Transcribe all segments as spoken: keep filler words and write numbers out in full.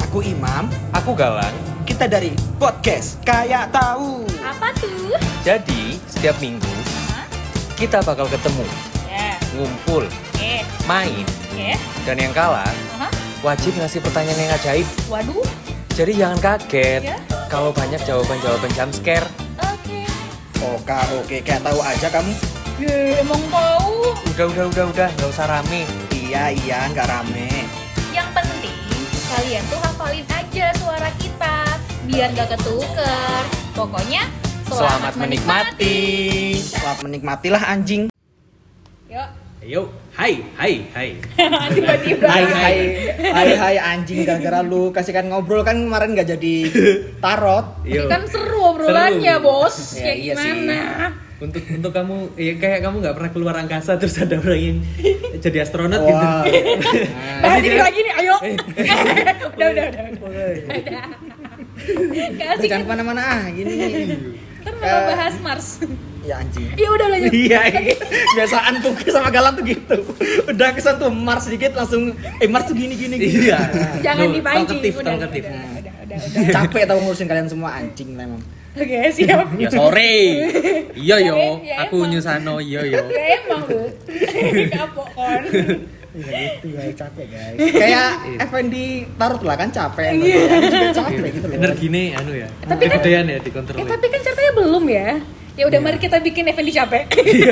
Aku Imam, Aku Galang. kita dari podcast Kayak Tahu. Apa tuh? Jadi, setiap minggu Hah? kita bakal ketemu, Ya. ngumpul, Oke. main, Oke. dan yang kalah Aha. wajib ngasih pertanyaan yang ajaib. Waduh. Jadi jangan kaget Ya. kalau banyak jawaban-jawaban jump scare. Oke. Oke, oke, kayak tahu aja kamu. Ye, emang tahu. Udah, udah, udah, udah, nggak usah rame. Iya, iya, nggak rame. Yang penting kalian tuh hafalin aja suara kita biar gak ketuker. Pokoknya Selamat menikmati. Selamat menikmatilah anjing. Yuk. Ayo, hai, hai, hai. Tiba-tiba. Hai, hai, hai, hai anjing. Gara-gara lu kasihkan ngobrol kan kemarin nggak jadi tarot. Ini kan seru obrolannya, Seru. Bos. Ya, Kayak iya sih. gimana? untuk untuk kamu ya kayak kamu nggak pernah keluar angkasa terus ada orang yang jadi astronot Wah. gitu. Bahas ini dia- lagi nih, ayo. Udah, udah, udah. Udah. Gak asik Jangan kan? kemana-mana ah, gini nih. Kan malah bahas Mars. Ya anjing. Ya udah lanjut. Iya, iya. Biasaan tuh sama Galang tuh gitu. Udah kesan tuh Mars dikit langsung eh Mars tuh gini gini gini. Iya. Jangan Tuh, dipancing. talkative, Udah, talkative. udah, udah, udah, udah. Capek tau ngurusin kalian semua anjing lah emang. Oke, siap. Ya sore. Iya yo, Ya, aku emang. nyusano iya yo. Ya emang lu. Kapok kon. Iya gitu guys, capek guys. Kayak Effendi Tarot lah kan capek. Ini juga capek gitu loh. Energine anu ya. Tapi kan- Kegedean ya dikontrol. Eh tapi kan ceritanya belum ya. Ya udah mari kita bikin Effendi capek.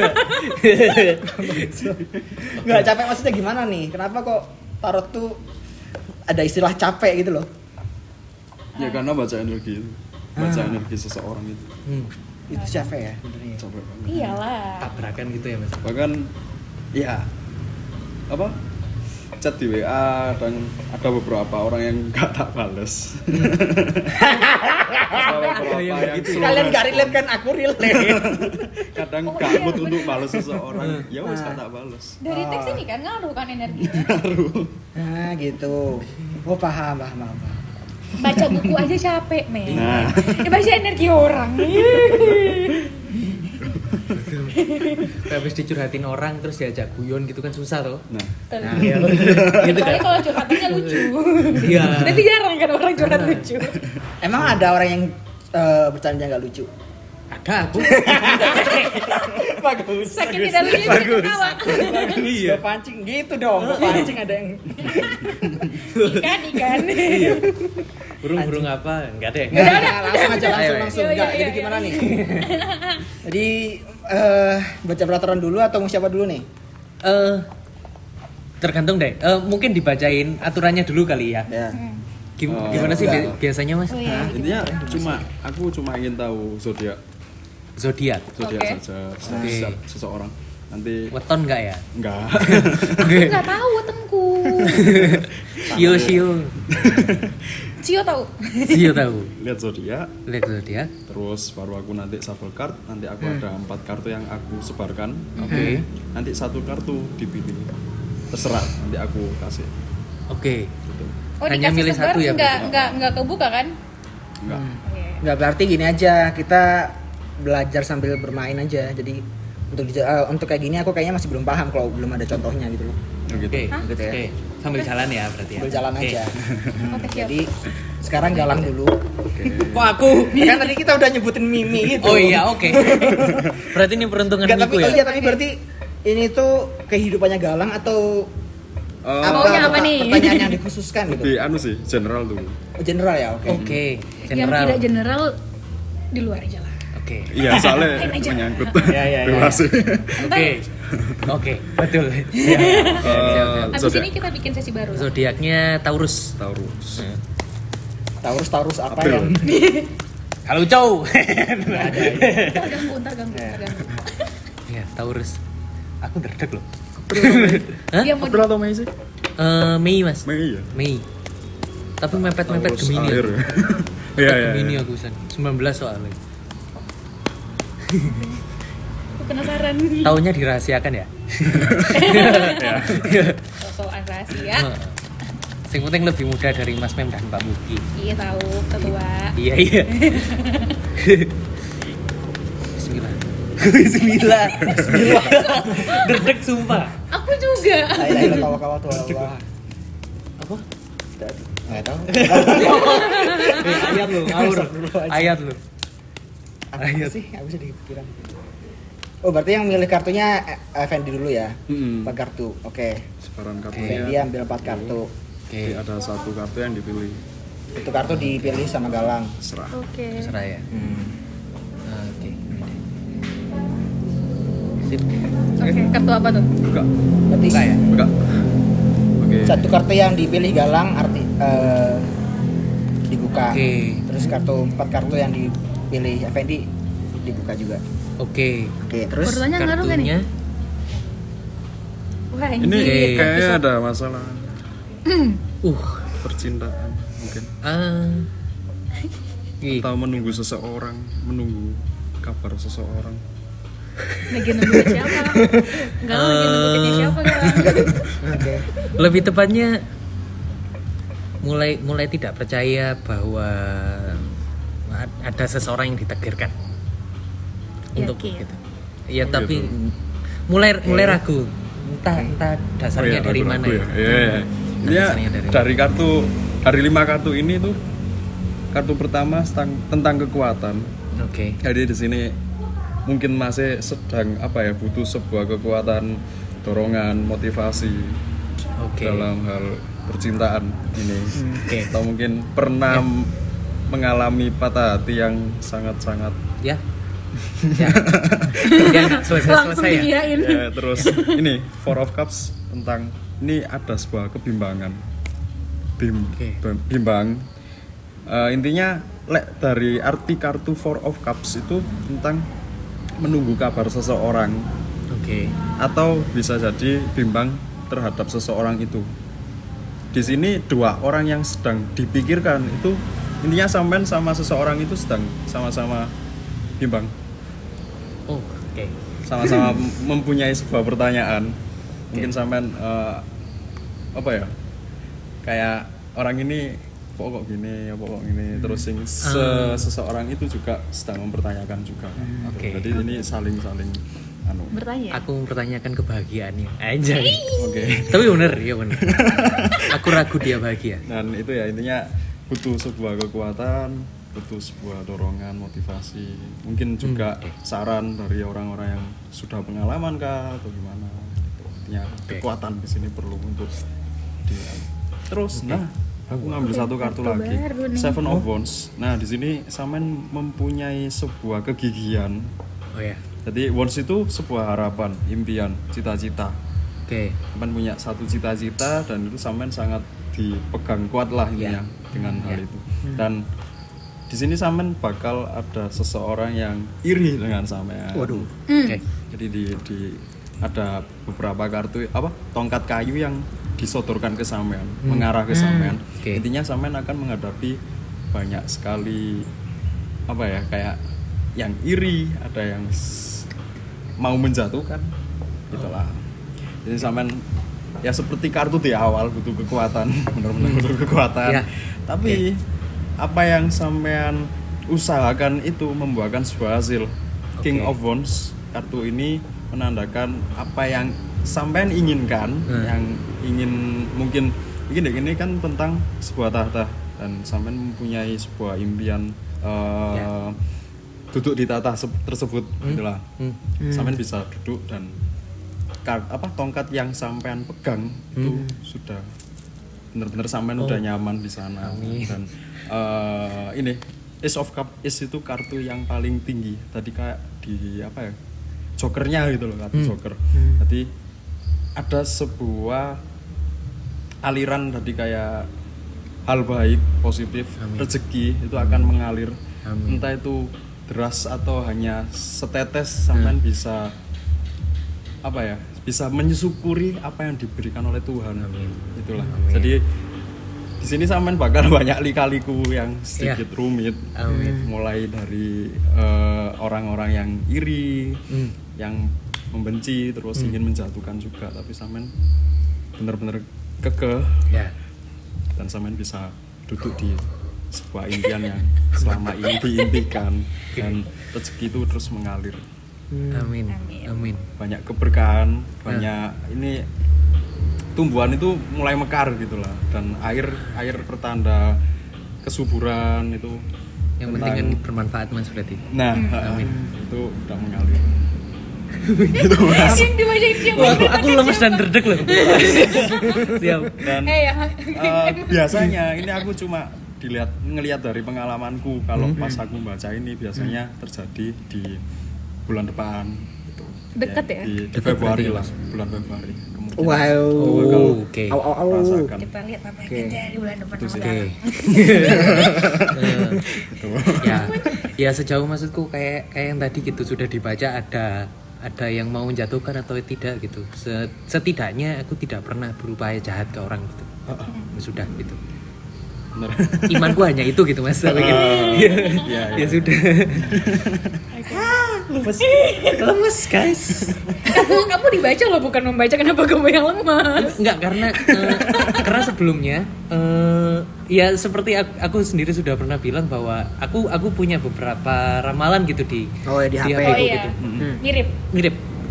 Nggak capek maksudnya gimana nih? Kenapa kok Tarot tuh ada istilah capek gitu loh? Ya karena baca energi itu. Baca Ah. energi seseorang itu. Hmm. Itu capek ya sebenarnya. Capek banget. Iyalah. Tabrakan gitu ya Mas. Bahkan ya apa? Chat di W A dan ada beberapa orang yang gak tak bales. Ada beberapa yang yang begitu ya? Kalian slow gak relate kan, aku relate. kadang Oh, gak iya. mood untuk bales seseorang. Ya wes gak tak bales. Dari teks ini kan ngaruh kan energinya. Nah gitu. Oh paham, paham, paham. paham. Baca buku aja capek, men. Nah. Ya baca energi orang. Kayak habis dicurhatin orang terus diajak guyon gitu kan susah tuh. Nah, Nah, Iya. Gitu Kecuali kan. kalau curhatannya lucu. Iya. Tapi jarang kan orang curhat lucu. Emang ada orang yang eh, bercanda nggak lucu? Ada aku. Bagus. Saking tidak lucu kita ketawa. Iya. Gua pancing gitu dong. Gua pancing ada yang. Ikan, ikan. Burung-burung apa? Enggak deh. Nggak, nggak, langsung aja langsung Ayo, langsung. ayo. Nggak, Iya, jadi iya, gimana iya. nih? Jadi eh, baca peraturan dulu atau mau siapa dulu nih? Eh tergantung deh. Eh, mungkin dibacain aturannya dulu kali ya. Ya. Gim- Oh, Gimana sih enggak. bi- biasanya Mas? Oh, iya. intinya cuma aku cuma ingin tahu zodiak Zodiak. zodiak Oke. saja Oke. setiap seseorang. Nanti Weton enggak ya? enggak. Enggak tahu temku. Sio sio. Cio tahu. Sio tahu. Lihat zodiak. Lihat zodiak. Terus baru aku nanti shuffle card, nanti aku ada empat kartu yang aku sebarkan. Oke. Nanti satu kartu dipilih, terserah nanti aku kasih. Oke. Gitu. Oh, Hanya dikasih milih sebar satu ya, enggak berarti? enggak enggak kebuka kan? Enggak. Oke. Nggak berarti gini aja, kita belajar sambil bermain aja. Jadi untuk di- eh, untuk kayak gini aku kayaknya masih belum paham kalau belum ada contohnya gitu loh. Oh, gitu. Oke. Hah? Gitu ya. Oke. Sambil jalan ya berarti ya. Sambil jalan Oke. aja. Oke, siap. Jadi sekarang Galang dulu. Kok aku? Kan tadi kita udah nyebutin Mimi gitu. Oh iya, oke. Berarti ini peruntungan Enggak, tapi Miku oh ya? iya, tapi berarti ini tuh kehidupannya Galang atau Oh, Maunya apa perta- nih? Pertanyaan yang dikhususkan gitu. lebih anu sih, general tuh. Oh, general ya, oke. Oke. Yang General. tidak general di luar aja lah. Oke. Iya, soalnya Lain aja. menyangkut Iya, iya, iya. durasi. Oke. Oke, betul. Siap. Siap, siap, siap. Habis Zodiak. ini kita bikin sesi baru. Zodiaknya Taurus. Taurus. Taurus Taurus apa April. yang Halo, Cow. Ntar ganggu, ntar ganggu, ntar ganggu. Ya, Taurus. Aku derdek loh. Hah? Dia mau April atau Mei sih? Eh, Mei, Mas. Mei ya. Mei. Tapi mepet-mepet Taurus Gemini. akhir. aku. Iya, Mepet iya. Gemini iya. aku San. sembilan belas soalnya. aku penasaran. Tahunnya dirahasiakan ya? Sosokan rahasia. Sing penting lebih muda dari Mas Mem dan Pak Muki. Iya tahu, ketua. Iya, iya. Bismillah. Bismillah. Bismillah. Derdek sumpah. Aku juga. Lain-lain kawa-kawa tuh Allah. Apa? Nggak tahu. Eh, ayat lu, ngawur. Ayat lu. Apa sih? Apa sih di pikiran? Oh, berarti yang milih kartunya Effendi dulu ya? Mm-mm. Empat kartu. Oke. Sebaran Effendi kartunya. ambil empat kartu. Jadi ada satu kartu yang dipilih. Itu kartu dipilih sama Galang. Serah. Oke. Serah ya. Hmm. Oke. Sip. Oke, kartu apa tuh? Buka. Berarti Buka ya? Buka. Oke. satu kartu yang dipilih Galang arti eh, dibuka. Oke. Terus kartu empat kartu yang dipilih Effendi dibuka juga. Oke. Oke, terus Urutannya ngaruh nggak nih? Kartunya Wah, Ini anjir. kayaknya ada masalah uh percintaan mungkin. ah. Ih, Atau menunggu seseorang, menunggu kabar seseorang. Lagi nunggu siapa? Enggak, lagi nunggu kayaknya siapa kan? oke. lebih tepatnya mulai mulai tidak percaya bahwa ad- ada seseorang yang ditakdirkan untuk Yakin. gitu. Ya Oh, tapi gitu. mulai mulai ragu. Entah entah dasarnya Oh, iya, dari ragu-ragu mana ya. ya. Iya, iya. Ini ya, Dasarnya dari dari kartu dari lima kartu ini tuh kartu pertama tentang, tentang kekuatan. Oke. Jadi di sini mungkin masih sedang apa ya butuh sebuah kekuatan, dorongan, motivasi Oke. dalam hal percintaan ini. Oke. Atau mungkin pernah m- mengalami patah hati yang sangat-sangat Ya. Ya. Ya, selesai Langsung selesai ya. diiyain. ya, terus ini Four of Cups tentang ini ada sebuah kebimbangan. Bim, Oke. bim- bimbang. Eh, intinya lek dari arti kartu Four of Cups itu tentang menunggu kabar seseorang Oke. atau bisa jadi bimbang terhadap seseorang itu. Di sini dua orang yang sedang dipikirkan itu intinya sampean sama seseorang itu sedang sama-sama bimbang, Oh, oke. sama-sama mempunyai sebuah pertanyaan. Mungkin sampean eh, apa ya? Kayak orang ini kok kok gini, apa kok gini, terus sing se- seseorang itu juga sedang mempertanyakan juga. Oke. Jadi ini saling-saling anu. Bertanya. Aku mempertanyakan kebahagiaannya. Aja. Oke. Tapi bener, ya bener. Aku ragu dia bahagia. Dan itu ya intinya butuh sebuah kekuatan, butuh sebuah dorongan, motivasi, mungkin juga oke. saran dari orang-orang yang sudah pengalaman kah atau gimana. Gitu. Intinya Oke. kekuatan di sini perlu untuk di. Terus, nah aku ngambil satu kartu kartu lagi, baru nih. Seven of Wands. Nah di sini Samen mempunyai sebuah kegigihan. Oh ya. Jadi Wands itu sebuah harapan, impian, cita-cita. Oke. Samen punya satu cita-cita dan itu Samen sangat dipegang kuat lah intinya dengan hal Ya. itu. Dan di sini Samen bakal ada seseorang yang iri dengan Samen. Waduh. Hmm. Oke. Jadi di, di ada beberapa kartu apa tongkat kayu yang disodorkan ke Samen, mengarah ke Samen. Oke. Intinya Samen akan menghadapi banyak sekali apa ya kayak yang iri, ada yang s- mau menjatuhkan, gitulah. Jadi Samen ya seperti kartu di awal butuh kekuatan, benar-benar butuh kekuatan. Ya. Tapi apa yang Samen usahakan itu membuahkan sebuah hasil. King Oke. of Wands kartu ini menandakan apa yang sampean inginkan, Hmm. yang ingin mungkin mungkin deh ini kan tentang sebuah tahta dan sampean mempunyai sebuah impian eh, Ya. duduk di tahta se- tersebut, gitulah. Hmm. Sampean bisa duduk dan kar- apa tongkat yang sampean pegang itu Hmm. sudah benar-benar sampean Oh. udah nyaman di sana. Amin. Dan eh, ini Ace of Cup, Ace itu kartu yang paling tinggi. Tadi kayak di apa ya? Jokernya gitu loh, kartu Hmm. joker. Jadi ada sebuah aliran tadi kayak hal baik, positif, Amin. rezeki itu akan mengalir. Amin. Entah itu deras atau hanya setetes, sampean bisa apa ya? Bisa mensyukuri apa yang diberikan oleh Tuhan. Amin. Itulah. Amin. Jadi di sini sampean bakal banyak lika-liku yang sedikit rumit. Amin. Mulai dari eh, orang-orang yang iri, Hmm. yang membenci, terus ingin menjatuhkan juga, tapi sampean benar-benar kekeh Ya. dan sampean bisa duduk di sebuah impian yang selama ini diimpikan dan rezeki itu terus mengalir. Amin. Amin. Amin. Banyak keberkahan, banyak ini tumbuhan itu mulai mekar gitulah, dan air air pertanda kesuburan itu. Yang tentang- penting kan bermanfaat Mas berarti. Nah, Amin. itu udah mengalir. Yang dibacain siapa? Wah, aku, aku lemes dan derdek loh. Siap. Dan Eh ya. eh, biasanya ini aku cuma dilihat ngelihat dari pengalamanku kalau pas aku baca ini biasanya terjadi di bulan depan gitu. Deket ya? Di, di Deket Februari berarti, lah, Mas. bulan Februari. Kemungkinan. Wow. Oh, oke. Au au au. Rasakan. Kita lihat apa yang Oke. terjadi di bulan depan. Itu sih. Oke. Eh, ya, ya sejauh maksudku kayak kayak yang tadi gitu sudah dibaca ada ada yang mau menjatuhkan atau tidak gitu. Se- Setidaknya aku tidak pernah berupaya jahat ke orang gitu. Sudah gitu. Bener. Imanku hanya itu gitu Mas. Saya pikir. Iya, Ya iya. sudah. Lemes, lemes guys. Kamu kamu dibaca loh, bukan membaca. Kenapa kamu yang lemas? Enggak, karena eh, karena sebelumnya eh, ya seperti aku, aku sendiri sudah pernah bilang bahwa aku aku punya beberapa ramalan gitu di Oh, ya, di H P. Oh ku iya. gitu. Mirip. Mirip.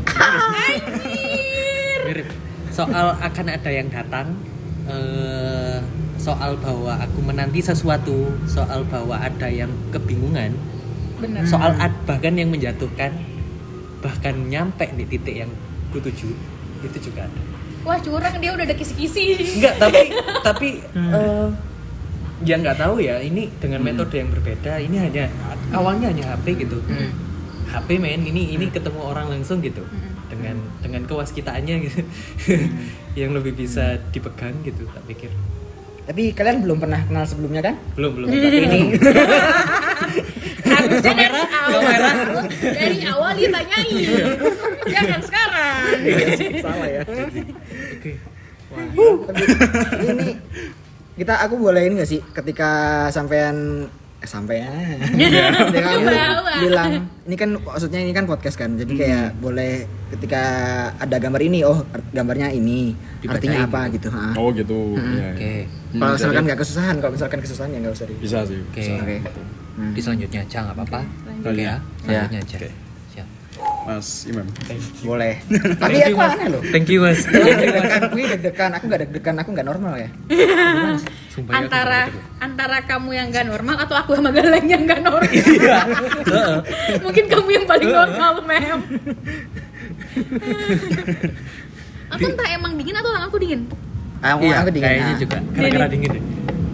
Mirip. Soal akan ada yang datang, eh, soal bahwa aku menanti sesuatu, soal bahwa ada yang kebingungan, Benar. soal ad- bahkan yang menjatuhkan, bahkan nyampe di titik yang kutuju, itu juga ada. Wah curang, dia udah ada kisi-kisi. Enggak, tapi tapi eh, ya nggak tahu ya, ini dengan metode yang berbeda. Ini hanya awalnya hanya H P gitu. H P men, ini ini ketemu orang langsung gitu. Dengan dengan kewaskitaannya gitu. Yang lebih bisa dipegang gitu, tak pikir. Tapi kalian belum pernah kenal sebelumnya kan? Belum, belum. Tapi ini Harusnya dari Kamera, awal. kamera. Dari awal ditanyain. Jangan sekarang. Salah ya. oke. Tapi ini kita aku boleh ini nggak sih ketika sampean eh, sampean Ketika kamu Bawa. bilang ini kan maksudnya ini kan podcast kan, jadi kayak boleh ketika ada gambar ini, oh gambarnya ini Dibacain artinya apa gitu. gitu, ha. Oh gitu. Iya, Oke. iya. Kalau Hmm, misalkan jadi- nggak kesusahan, kalau misalkan kesusahan ya nggak usah di. bisa sih. Oke. bisa. Oke. Hmm. Di selanjutnya aja nggak apa-apa. Oh, Oke iya. ya. Selanjutnya aja. Oke. Siap. Mas Imam. Boleh. Tapi Thank you, aku Mas. aneh loh. Thank you Mas. Deg-degan, aku ini deg-degan, aku nggak deg-degan, aku nggak normal ya. Sumpah ya, aku Antara bener-bener. antara kamu yang gak normal atau aku sama Galeng yang gak normal. Iya. Heeh. Mungkin kamu yang paling normal, Mem. Aku entah emang dingin atau tanganku dingin. Aku, Iya, aku dingin. kayaknya ah. juga. Gara-gara dingin deh.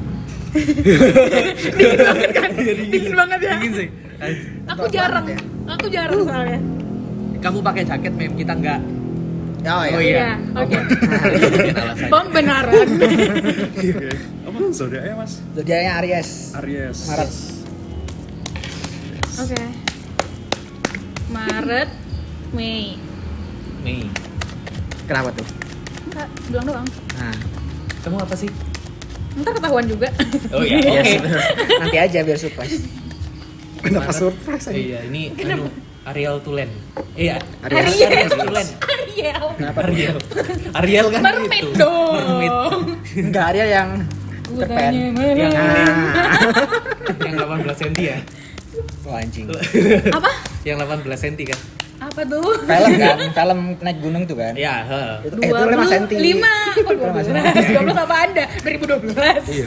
Dingin banget kan? Dingin banget ya. Dingin sih. Aku jarang. Aku jarang soalnya. Kamu pakai jaket mem, kita enggak. Oh, iya. Oh, iya. Oke. Mungkin alasannya. Pembenaran. Apa zodiaknya Mas? Zodiaknya Aries. Aries. Maret. Oke. Maret, Mei. Nih, Kenapa tuh? Enggak, bilang doang. Nah, kamu apa sih? Ntar ketahuan juga. Oh iya, iya oke. sih. Nanti aja biar surprise. Kenapa Maret. surprise aja? Iya, ini anu Ariel Tulen. Iya, Aries. Aries. Tulen. Ariel. Kenapa? Ariel. Ariel kan Mermaid itu. dong. Mermaid. Enggak, Ariel yang Bukannya Yang mermaid. Nah. Yang delapan belas senti ya? Oh, anjing. Apa? Yang delapan belas senti kan? Apa tuh? Film kan, film naik gunung tuh kan. Iya, heeh. Itu eh, itu lima senti. lima Kok dua belas? dua belas apa Anda? dua ribu dua belas. Iya.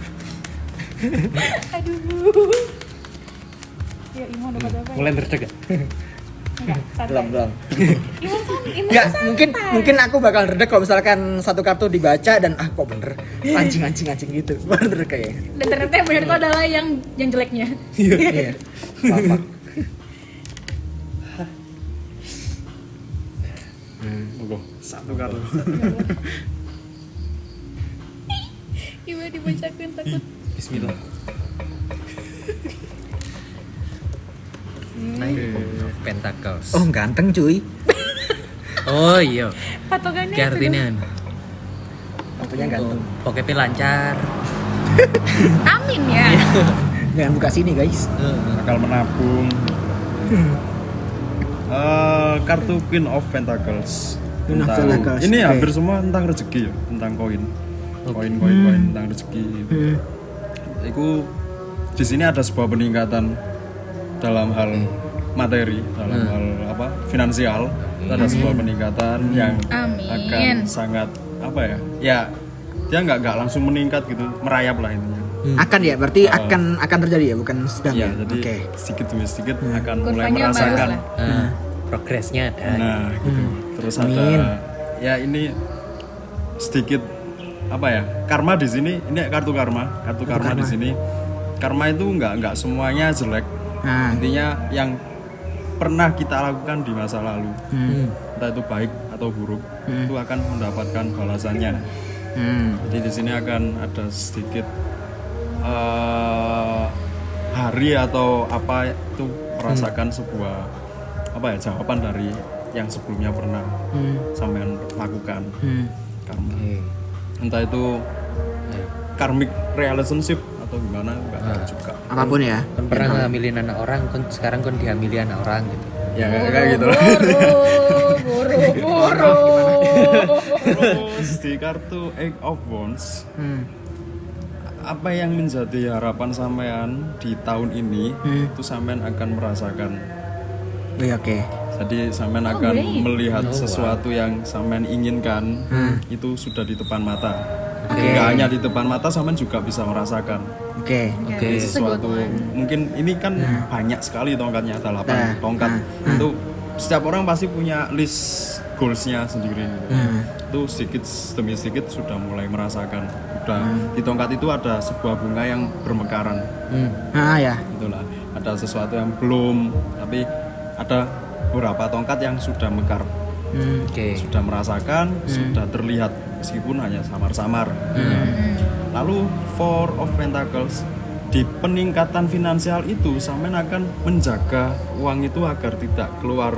Aduh. Ya, Iman dapat apa? Mulai berdek gak? Enggak, santai. Belum, belum. Iman santai. Iman Enggak, santai. mungkin mungkin aku bakal redek kalau misalkan satu kartu dibaca dan ah kok bener. Anjing anjing anjing gitu. Bener kayaknya. Dan ternyata yang benar itu adalah yang yang jeleknya. Iya. Maaf. Monggo, satu kartu. Iman dibacakan takut. Bismillah. Pentacles. Oh, ganteng cuy. Oh iya. Patokannya Ki itu artinya dong. Fotonya ganteng. pokoknya lancar. Amin ya. Jangan buka sini, guys. Bakal menabung. Eh, kartu Queen of Pentacles. Queen of Tentang- Pentacles, Ini oke. hampir semua tentang rezeki ya, tentang koin. Koin, koin, koin tentang rezeki. Hmm. Itu di sini ada sebuah peningkatan dalam hal materi, dalam hal apa finansial. Ada sebuah peningkatan yang Amin. akan sangat apa ya? Ya dia nggak nggak langsung meningkat gitu, merayap lah intinya. Hmm. Akan ya, berarti Oh. akan akan terjadi ya, bukan sedang Ya, ya. jadi Oke. sedikit demi sedikit Hmm. akan mulai Kurvanya merasakan. bagus lah. Nah, progresnya ada. Nah, gitu. Terus Amin. ada ya ini sedikit apa ya? Karma di sini, ini kartu karma, kartu karma, karma. di sini. Karma itu nggak nggak semuanya jelek. Nah. Intinya yang pernah kita lakukan di masa lalu, Hmm. entah itu baik atau buruk, itu akan mendapatkan balasannya. Hmm. Jadi di sini akan ada sedikit eh, hari atau apa itu merasakan sebuah apa ya jawaban dari yang sebelumnya pernah Hmm. sampean lakukan. Hmm. Karma. Oke. Entah itu karmic relationship atau gimana nggak tahu juga. Apapun ya. Kon pernah ngambilin anak orang, kon sekarang kon diambil anak orang gitu. Ya kayak kayak gitu lah. Boro-boro. Terus di kartu Eight of Wands, Hmm. apa yang menjadi harapan sampean di tahun ini Hmm. itu sampean akan merasakan. Oke, oke. Jadi sampean akan great. melihat Oh, sesuatu yang sampean inginkan Hmm. itu sudah di depan mata. Oke. Nggak hanya di depan mata, sampean juga bisa merasakan. Oke. Oke, Jadi this is a good sesuatu one. mungkin ini kan banyak sekali tongkatnya, ada delapan Nah, tongkat. nah, Itu setiap orang pasti punya list goalsnya sendiri. Hmm. Itu sedikit demi sedikit sudah mulai merasakan. Udah di tongkat itu ada sebuah bunga yang bermekaran. Hmm. Ah ya. Itulah ada sesuatu yang belum, tapi ada beberapa tongkat yang sudah mekar, Hmm. Oke. sudah merasakan, sudah terlihat meskipun hanya samar-samar. Lalu Four of Pentacles, di peningkatan finansial itu sampean akan menjaga uang itu agar tidak keluar.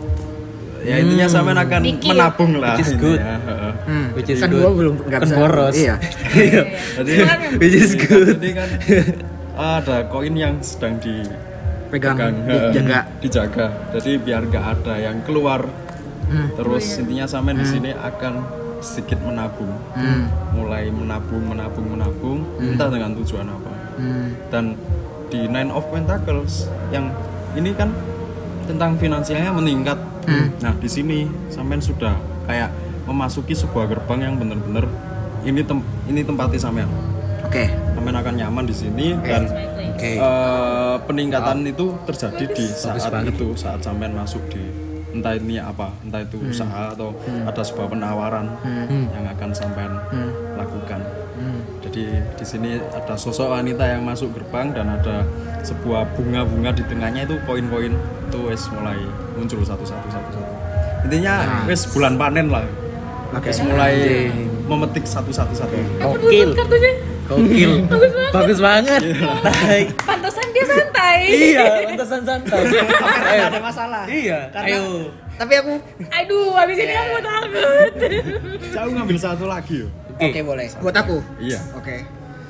Ya intinya sampean akan Dikit. menabung lah. Which is intinya. good. Heeh. Hmm. Which is Kan good. gua belum nggak Kan bisa. boros. Iya. Jadi Which is good. Jadi kan ada koin yang sedang di Pegang, pegang, dijaga. eh, dijaga. Jadi biar gak ada yang keluar. Hmm. Terus intinya sampean di sini akan sedikit menabung, Hmm. mulai menabung, menabung, menabung, entah dengan tujuan apa. Hmm. Dan di Nine of Pentacles yang ini kan tentang finansialnya meningkat. Nah di sini sampean sudah kayak memasuki sebuah gerbang yang benar-benar ini tem ini tempatnya sampean. Oke. Sampean akan nyaman di sini dan Oke. eh, peningkatan itu terjadi di saat banget. itu saat sampean masuk di entah ini apa, entah itu usaha atau ada sebuah penawaran yang akan sampean lakukan. Jadi di sini ada sosok wanita yang masuk gerbang dan ada sebuah bunga-bunga di tengahnya itu koin-koin itu wes mulai muncul satu-satu satu-satu. Intinya wes bulan panen lah. Oke. Wes mulai memetik satu-satu satu. Gokil. Kartunya Gokil. Bagus banget. Tai. pantesan dia santai. Iya, pantesan santai. Ayo. Ada masalah. Iya, ayo. Tapi aku Aduh, habis ini aku takut. Saya ngambil satu lagi yo. oke boleh. Buat aku. Iya. Oke.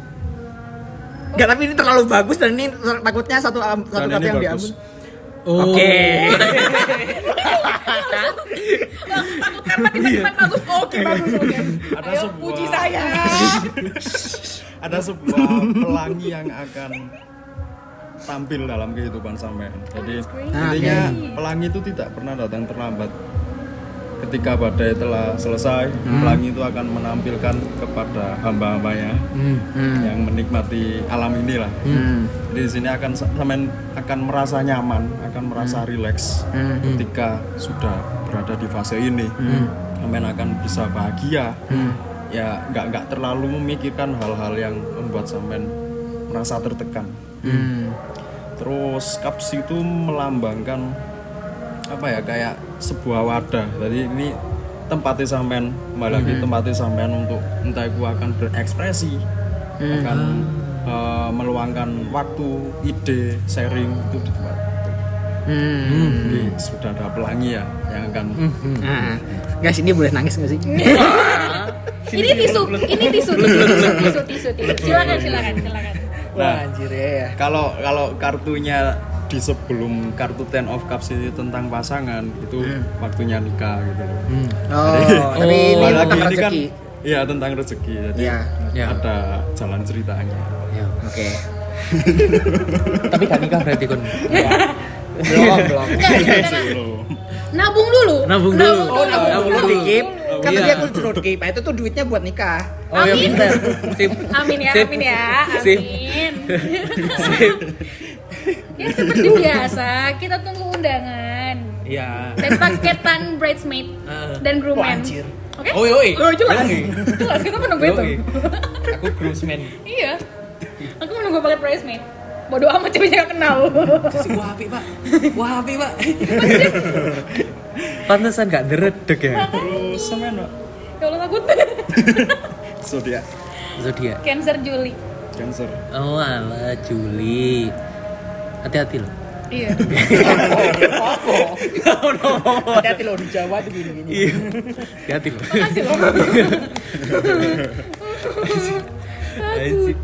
Enggak, tapi ini terlalu bagus dan ini takutnya satu satu Dan kartu ini yang bagus. diambil. Oke. Takut karena tiba-tiba bagus. Oke, bagus. Oke. Ada Ayo, sebuah- puji saya. Ada sebuah pelangi yang akan tampil dalam kehidupan sampean. Jadi Ah, intinya pelangi itu tidak pernah datang terlambat. Ketika badai telah selesai, pelangi itu akan menampilkan kepada hamba-hambanya yang menikmati alam inilah. Hmm. Jadi di sini akan sampean akan merasa nyaman, akan merasa rileks ketika sudah berada di fase ini. Sampean akan bisa bahagia. Ya nggak nggak terlalu memikirkan hal-hal yang membuat sampean merasa tertekan. Hmm. Terus cups itu melambangkan apa ya kayak sebuah wadah. Jadi ini tempatnya sampean kembali lagi tempatnya sampean untuk entah itu akan berekspresi, akan eh, meluangkan waktu, ide, sharing itu di tempat itu. Hmm. Jadi sudah ada pelangi ya yang akan Nah, guys, ini boleh nangis nggak sih? Ini tisu, ini tisu, tisu, tisu, tisu, tisu, tisu. Silakan, silakan, silakan. Wah, anjir ya. Kalau kalau kartunya di sebelum kartu Ten of Cups ini tentang pasangan itu waktunya nikah gitu loh. Oh, tapi ini Apalagi tentang ini kan rezeki. iya tentang rezeki. Jadi Iya. Ya. ada jalan ceritanya. Ya. Oke. Tapi gak nikah berarti kon. Belum, belum. Enggak, enggak, enggak. Belum. Nabung dulu. Nabung dulu. Nabung dulu. nabung dulu. Dikip. Kan Iya. tadi aku suruh Kipa itu tuh duitnya buat nikah. Oh ya Amin. pintar. Sip. Amin ya, Sip. amin ya, Sip. amin. Sip. Ya seperti biasa, kita tunggu undangan Iya. dan paketan bridesmaid Ah. dan groomman. Wah, anjir. Oke? Oh, yoi. Oh, jelas. Yoi. Jelas kita menunggu itu. Yoi. Aku groomsman. Iya. Aku menunggu paket bridesmaid. Bodoh amat ceweknya gak kenal. Terus wah api pak, wah api pak. Pantesan gak deredek ya. Terus sampean Pak. Ya Allah takut. Zodiak Zodiak. Cancer Juli. Cancer. Oh ala Juli. Hati-hati loh. Iya. Hati-hati loh di Jawa tuh gini-gini. Iya. Hati-hati loh. Makasih loh. Asik.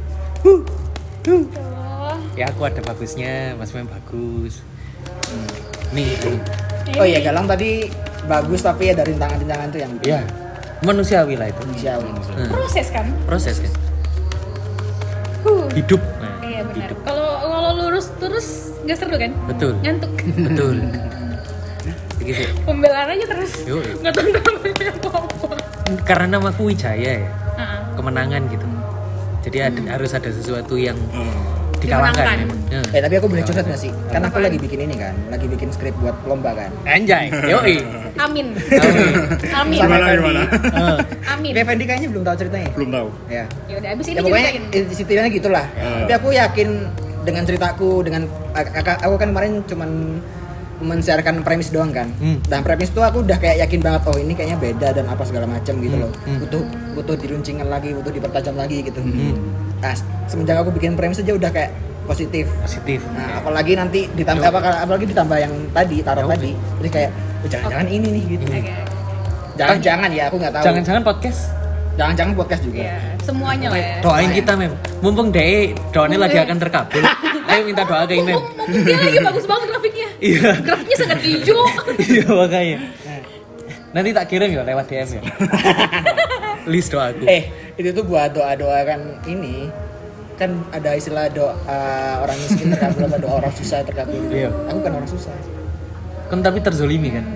Oh. Ya aku ada bagusnya, Mas Mem bagus. Hmm. Nih, nih. Oh iya, Galang tadi bagus tapi ada rintangan-rintangan tuh yang Ya, manusiawi lah itu. manusiawi. Hmm. Proses kan? Proses kan. Huh. Hidup. Nah, Iya benar. hidup. Kalau kalau lurus terus nggak seru kan? Betul. Ngantuk. Betul. Begitu. Pembelaan aja terus. Yoi. Nggak tahu namanya apa-apa. Karena namaku Wijaya ya. Ah, Kemenangan gitu. Jadi ada, harus ada sesuatu yang Dimenangkan. dikalahkan memang. Nah. Eh tapi aku boleh curhat nggak sih? Kan aku lagi bikin ini kan, lagi bikin skrip buat lomba kan. Anjay, yoi. Amin. Amin. Amin. Sama Gimana, Fendi. gimana? Eh, Amin. Tapi Fendi kayaknya belum tahu ceritanya. Belum tahu. Ya. Ya udah abis ini Ya pokoknya ceritain. ceritanya gitulah. Ya. Tapi aku yakin dengan ceritaku, dengan aku, aku kan kemarin cuman men-sharekan premis doang kan. Hmm. Dan premis tuh aku udah kayak yakin banget, oh ini kayaknya beda dan apa segala macam gitu loh. Hmm. Butuh butuh diruncingkan lagi, butuh dipertajam lagi gitu. Hmm. Nah, semenjak aku bikin premis aja udah kayak positif. Positif. Nah, apalagi nanti ditambah apa apalagi ditambah yang tadi tarot Yo. tadi. Jadi kayak oh, jangan-jangan ini nih gitu. Oke, oke. Jangan-jangan ya, aku nggak tahu. Jangan-jangan podcast. Jangan-jangan podcast juga. Iya, semuanya lah ya. Doain kita Mem. Mumpung deh doanya lagi akan terkabul. Ayo minta doa ke Mem. Mumpung mumpung dia lagi bagus banget grafiknya. Iya. Grafiknya sangat hijau. Iya makanya. Nanti tak kirim ya lewat D M ya. List doaku. Eh, itu tuh buat doa-doa kan ini. Kan ada istilah doa orang miskin terkabul apa doa orang susah terkabul. Iya. Aku kan orang susah. Kan tapi terzolimi kan.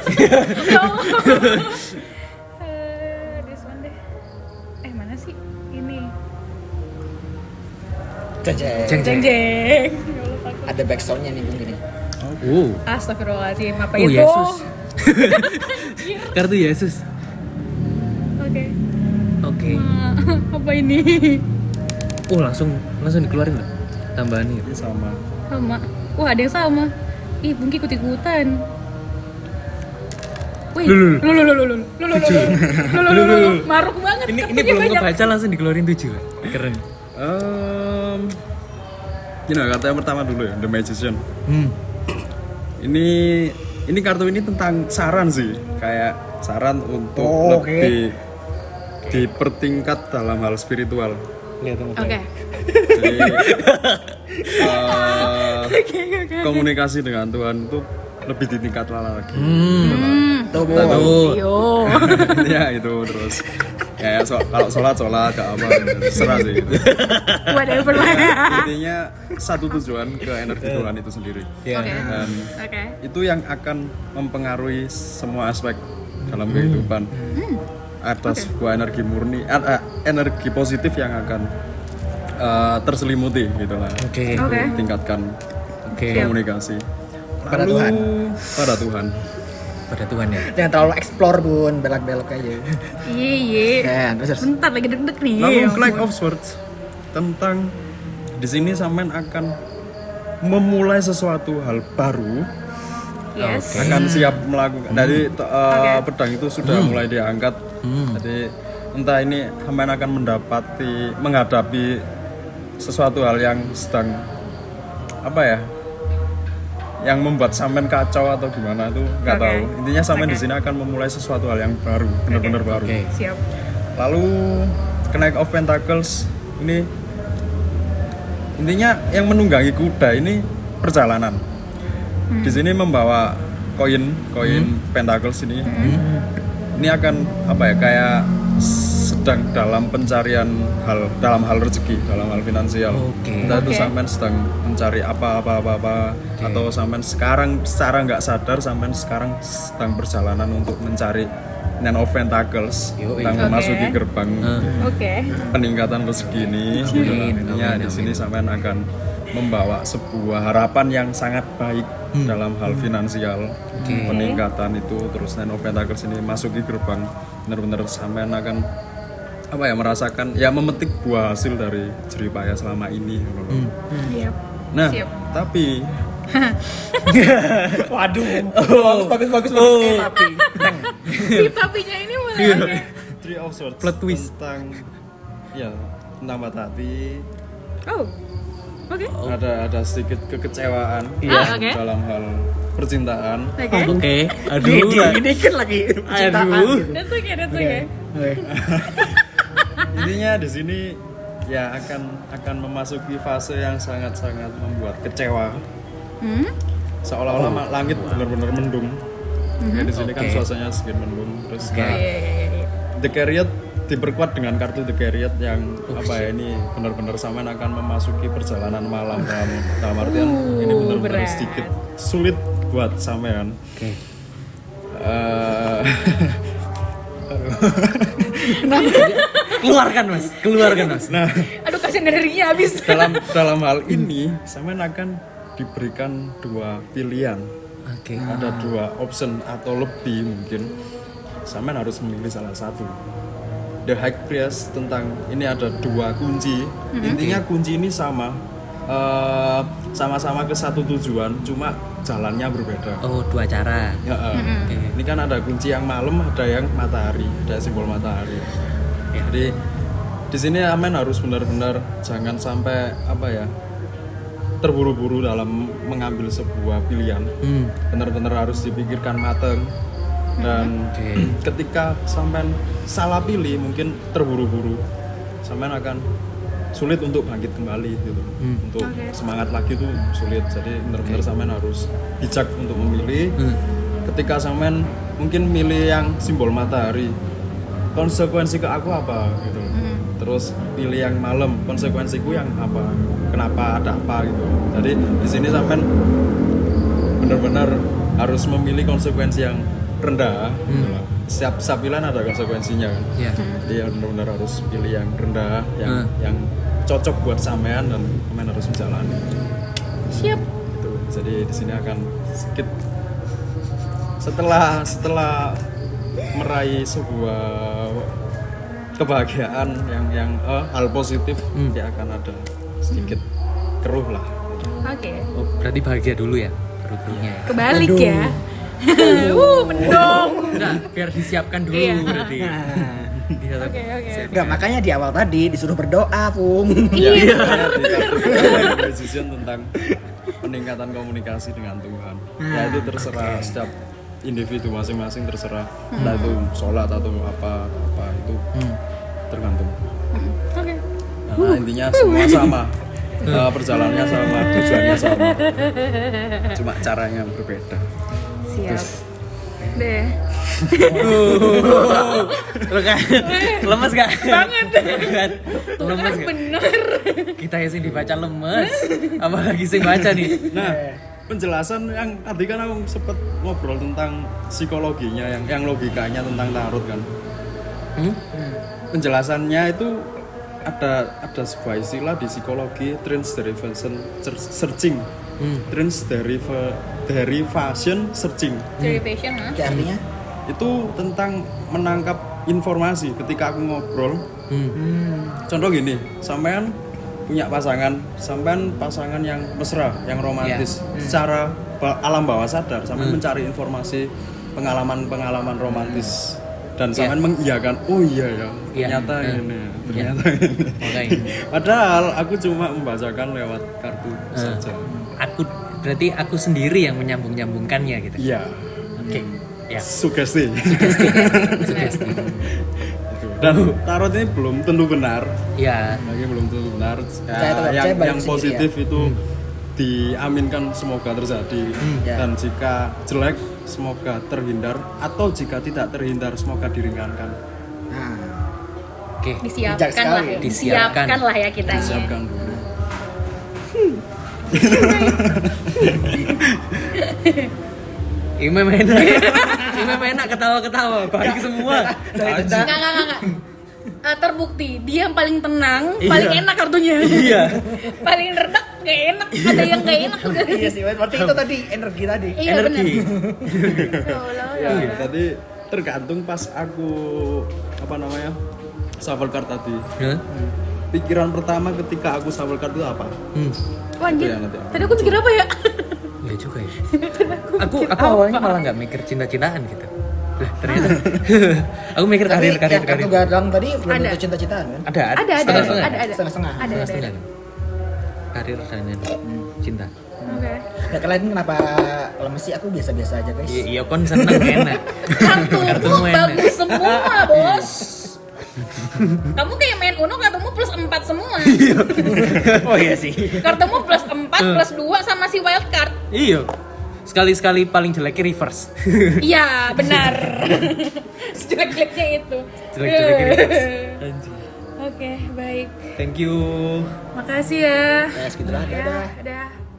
Eh, this one deh. Eh mana sih ini? Jeng Jeng Jeng jeng. jeng. Ya Allah, takut. Ada backsoundnya nih Bung gini. Oh. Astagfirullahaladzim, apa Oh itu? Yesus. Kartu Yesus. Oke. Oke. Ah, apa ini? Oh langsung langsung dikeluarin nggak? Tambahannya. Ini sama. Sama. Wah, ada yang sama. Ih, Bungki ikut-ikutan. Wih, Lulu. lulu lulu lulu lulu lulu lulu lulu lulu maruk banget. Ini ini kartunya belum banyak. kebaca langsung dikeluarin tujuh. Keren. Um, ini kartu yang pertama dulu ya, The Magician. Hmm. Ini ini kartu ini tentang saran sih, kayak saran untuk Oh, oke. lebih dipertingkat dalam hal spiritual. Lihat teman. Oke. Jadi uh, komunikasi dengan Tuhan itu lebih ditingkatkan lagi. Hmm. Tuh, Bu. Tuh. Yo. Ya itu terus kayak so, kalau sholat sholat gak apa serah sih gitu. Whatever lah. Intinya satu tujuan ke energi Tuhan itu sendiri. Ya. Oke. Dan Oke. itu yang akan mempengaruhi semua aspek dalam kehidupan. Ada sebuah energi murni, eh, eh, energi positif yang akan eh, terselimuti gitu lah. Oke. Oke. Tingkatkan Oke. komunikasi. Pada Lalu, Tuhan. Pada Tuhan. Pada Tuhan ya. Jangan terlalu explore Bun, belok-belok aja. Iya, iya. Kan, terus terus. Bentar lagi deg-deg nih. Lalu Ya Flight ampun. of Swords tentang di sini sampean akan memulai sesuatu hal baru, Yes. akan siap melakukan. Dari uh, Oke. pedang itu sudah mulai diangkat. Jadi entah ini sampean akan mendapati menghadapi sesuatu hal yang sedang apa ya? Yang membuat sampean kacau atau gimana itu nggak Oke. tahu. Intinya sampean Oke. di sini akan memulai sesuatu hal yang baru, benar-benar baru. Oke. Siap. Lalu Knight of Pentacles ini intinya yang menunggangi kuda ini perjalanan. Di sini membawa koin, koin Pentacles ini. Ini akan apa ya kayak sedang dalam pencarian hal dalam hal rezeki, dalam hal finansial. Oke. Entah itu Oke. sampean sedang mencari apa-apa apa-apa atau sampean sekarang secara nggak sadar sampean sekarang sedang perjalanan untuk mencari Nine of Pentacles Yoi. tentang Oke. memasuki gerbang Oke. peningkatan rezeki ini. Gitu. Amin, Intinya amin, di sini amin. sampean akan membawa sebuah harapan yang sangat baik dalam hal finansial. Oke. Peningkatan itu terus Nine of Pentacles ini masuki gerbang benar-benar sampean akan apa ya merasakan ya memetik buah hasil dari jerih payah selama ini. gitu loh. Siap. Nah, Siap. tapi Waduh. Oh. Bagus bagus bagus. Oh. Eh, tapi. Si tapinya ini mulai Iya. oke. Three of Swords Plot twist. tentang ya tentang patah hati. Oh. Oke. Ada ada sedikit kekecewaan Ah, oke. dalam hal percintaan. Oke. Oke. Aduh. Ini kan lagi percintaan. Aduh. That's okay, that's okay. Oke. Intinya di sini ya akan akan memasuki fase yang sangat-sangat membuat kecewa. Hmm? Seolah-olah ma- langit benar-benar mendung. Ya, di sini kan Oke. suasananya sedikit mendung. Terus Oke. nah, Iya, iya, iya, iya. The Chariot diperkuat dengan kartu The Chariot yang apa ya ini benar-benar sampean akan memasuki perjalanan malam dalam dalam artian Uh, ini benar-benar berat. sedikit sulit buat sampean. Oke. Eh, Keluarkan Mas, keluarkan Mas. nah, Aduh, kasihan energinya habis. dalam dalam hal ini sampean akan diberikan dua pilihan. Oke. Ada dua option atau lebih mungkin. Sampean harus memilih salah satu. The High Priest tentang ini ada dua kunci. Intinya kunci ini sama. Eh, sama-sama ke satu tujuan, cuma jalannya berbeda. Oh, dua cara. Ya, eh. Oke. Ini kan ada kunci yang malam, ada yang matahari, ada simbol matahari. Ya. Jadi di sini amen harus benar-benar jangan sampai apa ya terburu-buru dalam mengambil sebuah pilihan. Hmm. Benar-benar harus dipikirkan matang dan Oke. ketika sampean salah pilih mungkin terburu-buru sampean akan sulit untuk bangkit kembali gitu. Hmm. Untuk Oke. semangat lagi tuh sulit. Jadi benar-benar sampean harus bijak untuk memilih. Hmm. Ketika sampean mungkin milih yang simbol matahari, konsekuensi ke aku apa gitu. Terus pilih yang malam, konsekuensiku yang apa? Kenapa ada apa gitu. Jadi di sini sampean benar-benar harus memilih konsekuensi yang rendah. Gitu lah. Setiap setiap pilihan ada konsekuensinya kan. Ya. Jadi ya benar-benar harus pilih yang rendah, yang Hmm. yang cocok buat sampean dan sampean harus menjalani. Siap. Gitu. Jadi di sini akan sedikit setelah setelah meraih sebuah kebahagiaan yang yang eh, hal positif Hmm. dia akan ada sedikit keruh lah. Oke. Oh, berarti bahagia dulu ya, baru keruhnya. ya? Kebalik Aduh. ya. uh, mendong. Enggak, biar disiapkan dulu Iya. berarti. Iya, Oke, oke. Enggak, makanya di awal tadi disuruh berdoa, Pung. Ya, Iya. makanya di kartu decision tentang peningkatan komunikasi dengan Tuhan. Ya itu terserah setiap individu masing-masing terserah. Entah itu sholat atau apa apa itu tergantung. Oke. Nah, intinya semua sama. Eh, perjalanannya sama, tujuannya sama. Cuma caranya berbeda. Siap. Deh. Lo kan lemes gak? Banget. Kan? Lemes gak? Bener. Kita yang sih dibaca lemes, apalagi sih baca nih. Nah, penjelasan yang tadi kan aku sempet ngobrol tentang psikologinya, yang yang logikanya tentang tarot kan. Hmm? Penjelasannya itu ada ada sebuah istilah di psikologi trans derivation searching. Hmm. Trans deriva- derivation searching. Derivation, ha? Kayak artinya? Itu tentang menangkap informasi ketika aku ngobrol. Hmm. Contoh gini, sampean punya pasangan, sampean pasangan yang mesra, yang romantis. Secara ba- alam bawah sadar, sampean Hmm. mencari informasi pengalaman-pengalaman romantis dan Ya. sampean mengiyakan, oh iya ya, Iya. ternyata Hmm. ini, Ya. ternyata ini. Makanya. Padahal aku cuma membacakan lewat kartu Hmm. saja. Aku berarti aku sendiri yang menyambung-nyambungkannya gitu. Iya, Oke. Ya. sugesti. Sugesti. Dan tarot ini belum tentu benar. Ya. Lagi belum tentu benar. Ya, Percaya atau nggak yang percaya, balik yang sendiri positif itu diaminkan semoga terjadi. Ya. Dan jika jelek semoga terhindar, atau jika tidak terhindar semoga diringankan. Nah, Oke. Disiapkan Bijak sekali. lah ya. Disiapkan. Disiapkan lah ya kitanya. Disiapkan dulu. Imam enak. Imam enak ketawa-ketawa, baik semua. Enggak, enggak, enggak, enggak. Uh, terbukti dia yang paling tenang, Iya. paling enak kartunya. Iya. Paling redak gak enak, ada yang gak enak udah. Iya sih, berarti itu tadi energi tadi. Iya benar. Energi. Ya Allah, ya Ya, Allah. tadi tergantung pas aku apa namanya shuffle card tadi. Hah? Pikiran pertama ketika aku shuffle card itu apa? Hmm. Wah, anjir. Itu ya nanti aku. Tadi aku mikir apa ya? Iya juga ya. Aku aku awalnya malah nggak mikir cinta-cintaan gitu. Lah, ternyata aku mikir Tapi karir karir yang karir. kartu gadang tadi belum Ada. tentu cinta-cintaan kan? Ada Ada, ada, setengah-setengah. ada, ada. Setengah-setengah. Ada, ada, ada. Setengah-setengah. Karir dan ini. cinta. Oke. Ya kalian kenapa lemes sih? Aku biasa-biasa aja guys. Iya, iya kon seneng enak. Kartumu Kartumu enak. bagus semua, Bos. Kamu kayak main Uno, kartumu plus empat semua. Oh iya sih. Kartumu plus empat, plus dua sama si wild card. Iya. Sekali-sekali paling jeleknya reverse. Iya, benar. Sejelek-jeleknya itu. Jelek-jeleknya reverse. Anjir. Oke, baik. Thank you. Makasih ya. Ya, segitulah. Ya, Dadah. dadah.